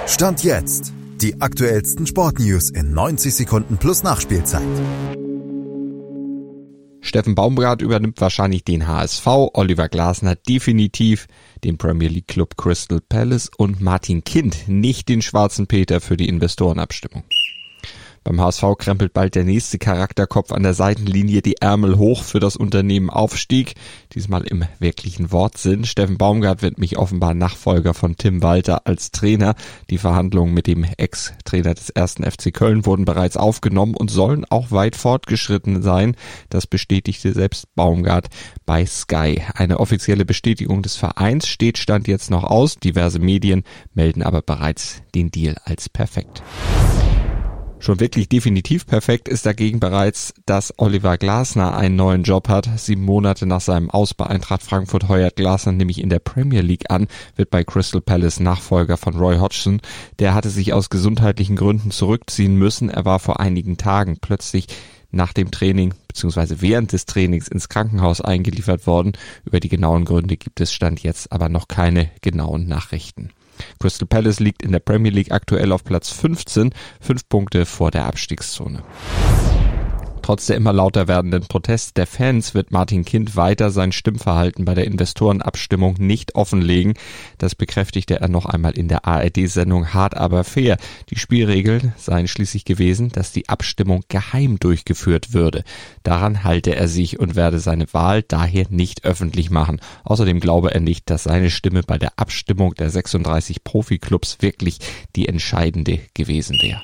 Stand jetzt. Die aktuellsten Sportnews in 90 Sekunden plus Nachspielzeit. Steffen Baumgart übernimmt wahrscheinlich den HSV, Oliver Glasner definitiv den Premier League Club Crystal Palace und Martin Kind nicht den schwarzen Peter für die Investorenabstimmung. Beim HSV krempelt bald der nächste Charakterkopf an der Seitenlinie die Ärmel hoch für das Unternehmen Aufstieg. Diesmal im wirklichen Wortsinn. Steffen Baumgart wird mich offenbar Nachfolger von Tim Walter als Trainer. Die Verhandlungen mit dem Ex-Trainer des 1. FC Köln wurden bereits aufgenommen und sollen auch weit fortgeschritten sein. Das bestätigte selbst Baumgart bei Sky. Eine offizielle Bestätigung des Vereins Stand jetzt noch aus. Diverse Medien melden aber bereits den Deal als perfekt. Schon wirklich definitiv perfekt ist dagegen bereits, dass Oliver Glasner einen neuen Job hat. 7 Monate nach seinem Aus bei Eintracht Frankfurt heuert Glasner nämlich in der Premier League an, wird bei Crystal Palace Nachfolger von Roy Hodgson. Der hatte sich aus gesundheitlichen Gründen zurückziehen müssen. Er war vor einigen Tagen plötzlich nach dem Training bzw. während des Trainings ins Krankenhaus eingeliefert worden. Über die genauen Gründe gibt es Stand jetzt aber noch keine genauen Nachrichten. Crystal Palace liegt in der Premier League aktuell auf Platz 15, 5 Punkte vor der Abstiegszone. Trotz der immer lauter werdenden Protests der Fans wird Martin Kind weiter sein Stimmverhalten bei der Investorenabstimmung nicht offenlegen. Das bekräftigte er noch einmal in der ARD-Sendung Hart aber fair. Die Spielregeln seien schließlich gewesen, dass die Abstimmung geheim durchgeführt würde. Daran halte er sich und werde seine Wahl daher nicht öffentlich machen. Außerdem glaube er nicht, dass seine Stimme bei der Abstimmung der 36 Profiklubs wirklich die entscheidende gewesen wäre.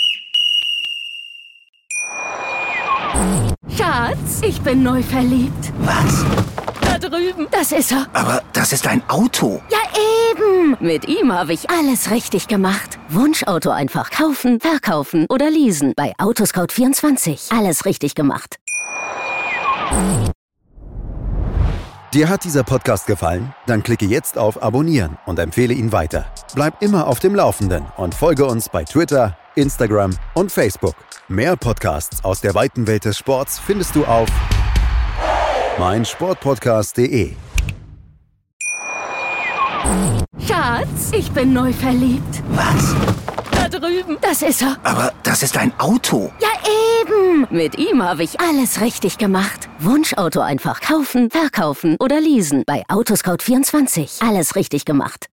Schatz, ich bin neu verliebt. Was? Da drüben. Das ist er. Aber das ist ein Auto. Ja, eben. Mit ihm habe ich alles richtig gemacht. Wunschauto einfach kaufen, verkaufen oder leasen. Bei Autoscout24. Alles richtig gemacht. Dir hat dieser Podcast gefallen? Dann klicke jetzt auf Abonnieren und empfehle ihn weiter. Bleib immer auf dem Laufenden und folge uns bei Twitter, Instagram und Facebook. Mehr Podcasts aus der weiten Welt des Sports findest du auf meinsportpodcast.de. Schatz, ich bin neu verliebt. Was? Da drüben. Das ist er. Aber das ist ein Auto. Ja, eben. Mit ihm habe ich alles richtig gemacht. Wunschauto einfach kaufen, verkaufen oder leasen. Bei Autoscout24. Alles richtig gemacht.